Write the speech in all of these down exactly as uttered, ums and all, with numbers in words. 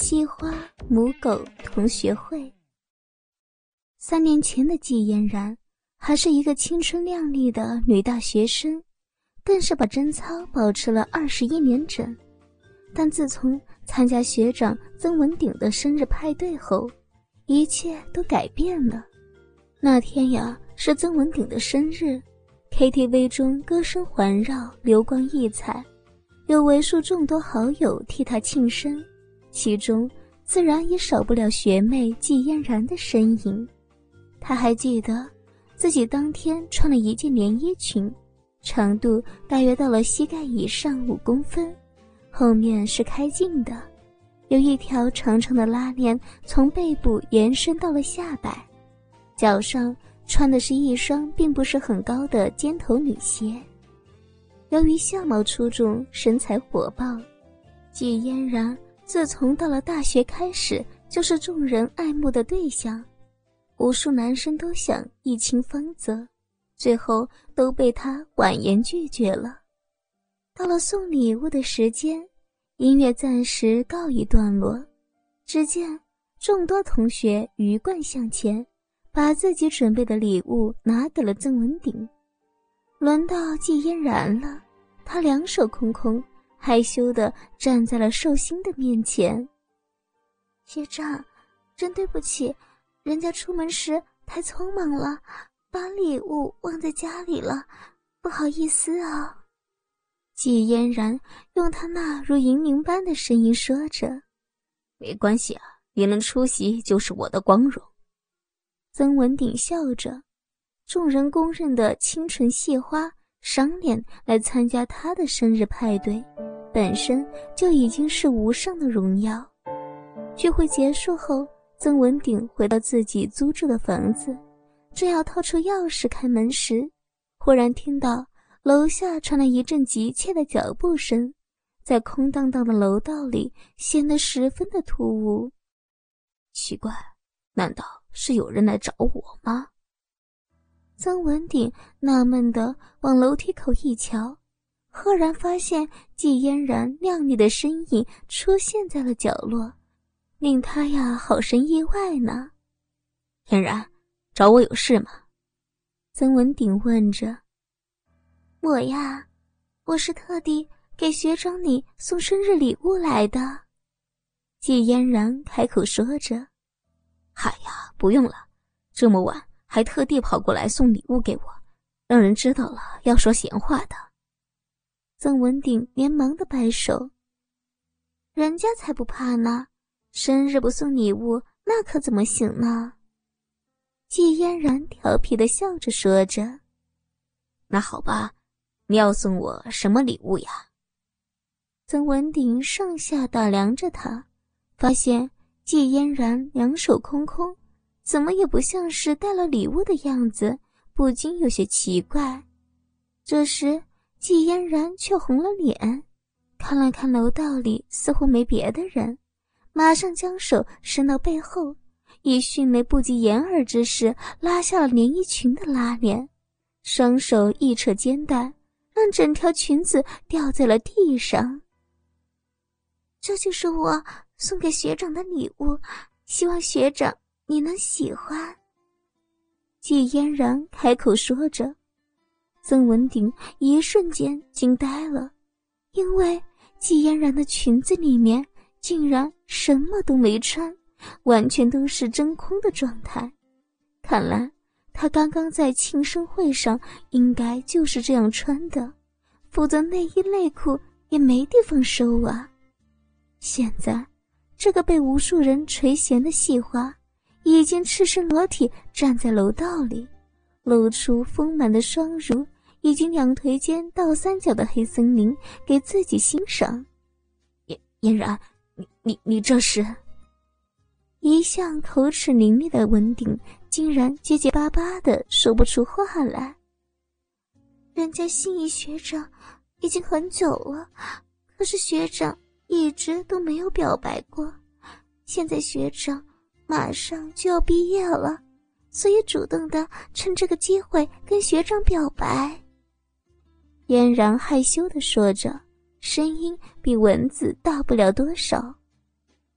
西花母狗同学会。三年前的季嫣然还是一个青春靓丽的女大学生，更是把贞操保持了二十一年整。但自从参加学长曾文鼎的生日派对后，一切都改变了。那天呀，是曾文鼎的生日， K T V 中歌声环绕，流光溢彩，有为数众多好友替他庆生，其中自然也少不了学妹季嫣然的身影。他还记得自己当天穿了一件连衣裙，长度大约到了膝盖以上五公分，后面是开襟的，有一条长长的拉链从背部延伸到了下摆，脚上穿的是一双并不是很高的尖头女鞋。由于相貌出众，身材火爆，季嫣然自从到了大学开始就是众人爱慕的对象，无数男生都想一亲芳泽，最后都被她婉言拒绝了。到了送礼物的时间，音乐暂时告一段落，只见众多同学鱼贯向前，把自己准备的礼物拿给了曾文鼎。轮到季嫣然了，她两手空空，害羞地站在了寿星的面前。学长，真对不起，人家出门时太匆忙了，把礼物忘在家里了，不好意思啊。季嫣然用她那如银铃般的声音说着。 没关系啊，你能出席就是我的光荣。 曾文鼎笑着，众人公认的清纯系花赏脸来参加他的生日派对，本身就已经是无上的荣耀。聚会结束后，曾文鼎回到自己租住的房子，正要掏出钥匙开门时，忽然听到楼下传来一阵急切的脚步声，在空荡荡的楼道里显得十分的突兀。 奇怪，难道是有人来找我吗？ 曾文鼎纳闷地往楼梯口一瞧，赫然发现季嫣然靓丽的身影出现在了角落，令他呀好生意外呢。 嫣然，找我有事吗？ 曾文鼎问着。我呀，我是特地给学长你送生日礼物来的。季嫣然开口说着。 嗨呀，不用了，这么晚还特地跑过来送礼物给我，让人知道了要说闲话的。 曾文鼎连忙的摆手。人家才不怕呢，生日不送礼物那可怎么行呢？季嫣然调皮的笑着说着。 那好吧，你要送我什么礼物呀？ 曾文鼎上下打量着他，发现季嫣然两手空空，怎么也不像是带了礼物的样子，不禁有些奇怪。这时季嫣然却红了脸，看了看楼道里似乎没别的人，马上将手伸到背后，以迅雷不及掩耳之势拉下了连衣裙的拉链，双手一扯肩带，让整条裙子掉在了地上。这就是我送给学长的礼物，希望学长你能喜欢。季嫣然开口说着。曾文鼎一瞬间惊呆了，因为季嫣然的裙子里面竟然什么都没穿，完全都是真空的状态。看来她刚刚在庆生会上应该就是这样穿的，否则内衣内裤也没地方收啊。现在这个被无数人垂涎的系花已经赤身裸体站在楼道里，露出丰满的双乳以及两腿间倒三角的黑森林给自己欣赏。 嫣嫣然，你你你这是？ 一向口齿伶俐的文鼎竟然结结巴巴的说不出话来。人家心仪学长已经很久了，可是学长一直都没有表白过，现在学长马上就要毕业了，所以主动的趁这个机会跟学长表白。嫣然害羞地说着，声音比蚊子大不了多少。 可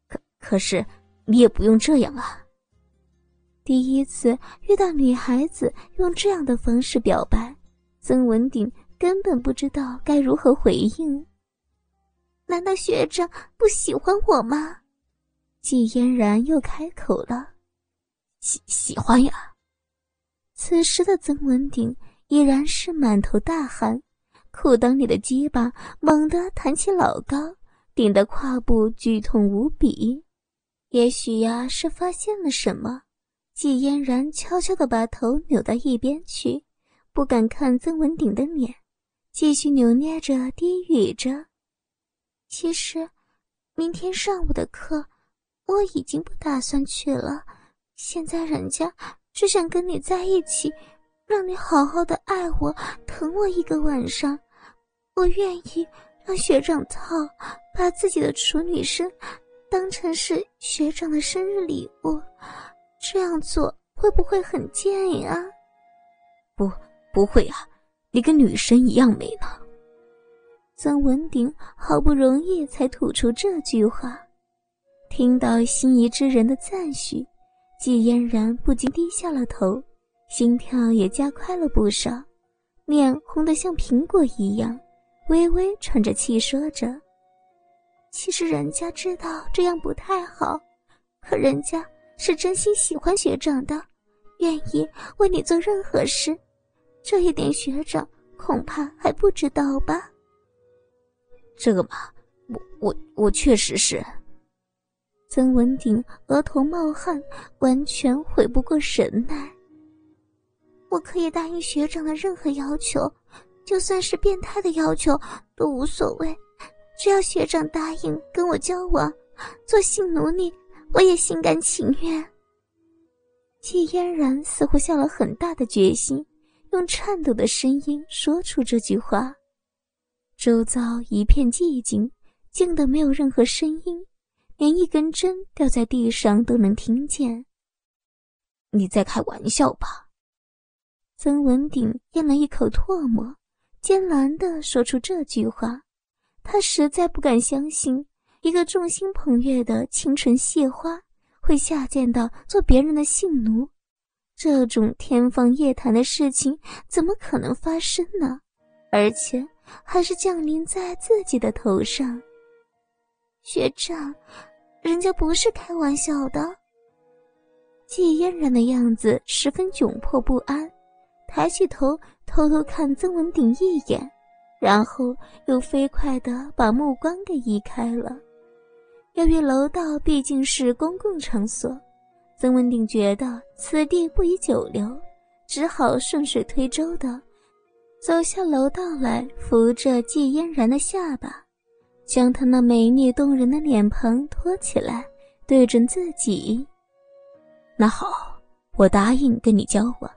可是你也不用这样啊。 第一次遇到女孩子用这样的方式表白，曾文鼎根本不知道该如何回应。难道学长不喜欢我吗？季嫣然又开口了。 喜喜欢呀。 此时的曾文鼎依然是满头大汗，裤裆里的鸡巴猛地弹起老高，顶得胯部剧痛无比。也许呀是发现了什么，季嫣然悄悄地把头扭到一边去，不敢看曾文鼎的脸，继续扭捏着低语着。其实明天上午的课我已经不打算去了，现在人家只想跟你在一起，让你好好的爱我疼我一个晚上。我愿意让学长操，把自己的处女身当成是学长的生日礼物，这样做会不会很贱呀？ 不，不会啊，你跟女神一样美呢。 曾文鼎好不容易才吐出这句话，听到心仪之人的赞许，季嫣然不禁低下了头，心跳也加快了不少，脸红得像苹果一样，微微喘着气说着：其实人家知道这样不太好，可人家是真心喜欢学长的，愿意为你做任何事，这一点学长恐怕还不知道吧？ 这个嘛，我我我确实是。 曾文鼎额头冒汗，完全回不过神来。我可以答应学长的任何要求，就算是变态的要求都无所谓，只要学长答应跟我交往，做性奴隶，我也心甘情愿。季嫣然似乎下了很大的决心，用颤抖的声音说出这句话。周遭一片寂静，静得没有任何声音，连一根针掉在地上都能听见。 你在开玩笑吧？ 曾文鼎咽了一口唾沫，艰难地说出这句话。他实在不敢相信，一个众星捧月的清纯谢花会下贱到做别人的性奴，这种天方夜谭的事情怎么可能发生呢？而且还是降临在自己的头上。学长，人家不是开玩笑的。季嫣然的样子十分窘迫不安，抬起头偷偷看曾文鼎一眼，然后又飞快地把目光给移开了。由于楼道毕竟是公共场所，曾文鼎觉得此地不宜久留，只好顺水推舟地走下楼道来，扶着季嫣然的下巴，将她那美丽动人的脸庞托起来，对准自己。 那好，我答应跟你交往。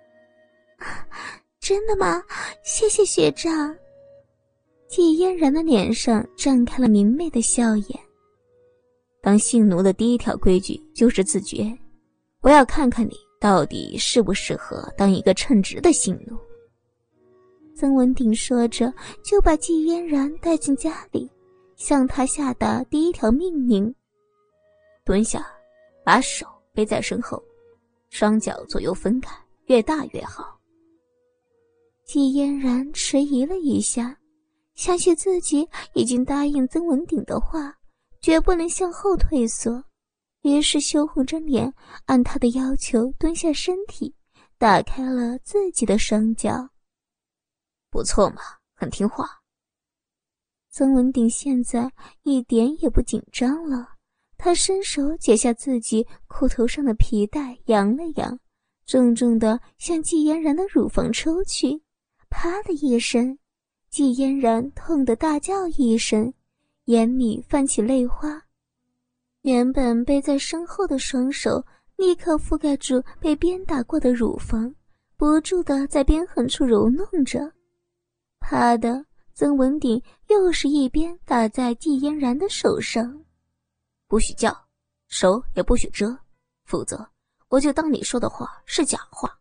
真的吗？谢谢学长。季嫣然的脸上绽开了明媚的笑颜。 当性奴的第一条规矩就是自觉，我要看看你到底适不适合当一个称职的性奴。 曾文鼎说着，就把季嫣然带进家里，向他下达第一条命令： 蹲下，把手背在身后，双脚左右分开，越大越好。 季嫣然迟疑了一下，想起自己已经答应曾文鼎的话，绝不能向后退缩，于是羞红着脸按他的要求蹲下身体，打开了自己的双脚。 不错嘛，很听话。 曾文鼎现在一点也不紧张了，他伸手解下自己裤头上的皮带，扬了扬，重重地向季嫣然的乳房抽去。啪的一声，季嫣然痛得大叫一声，眼里泛起泪花。原本背在身后的双手立刻覆盖住被鞭打过的乳房，不住地在鞭痕处揉弄着。啪的，曾文鼎又是一鞭打在季嫣然的手上。 不许叫，手也不许遮，否则我就当你说的话是假话。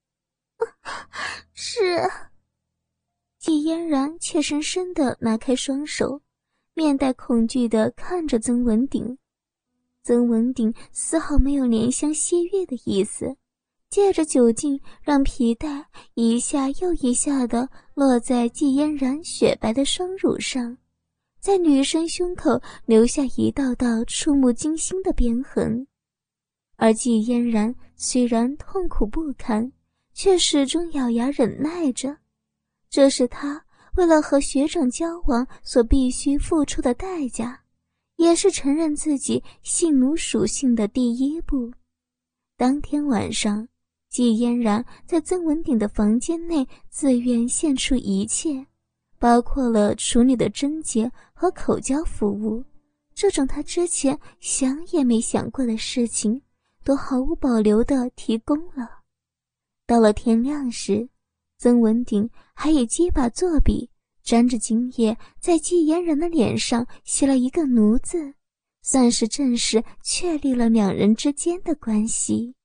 是。季嫣然怯生生地拿开双手，面带恐惧地看着曾文鼎。 曾文鼎丝毫没有怜香惜玉的意思，借着酒劲让皮带一下又一下地落在季嫣然雪白的双乳上，在女生胸口留下一道道触目惊心的鞭痕。而季嫣然虽然痛苦不堪，却始终咬牙忍耐着，这是她为了和学长交往所必须付出的代价，也是承认自己性奴属性的第一步。当天晚上，季嫣然在曾文鼎的房间内自愿献出一切，包括了处女的贞洁和口交服务，这种他之前想也没想过的事情都毫无保留地提供了。到了天亮时，曾文鼎还以几把作笔沾着精液在季嫣然的脸上写了一个奴字，算是正式确立了两人之间的关系。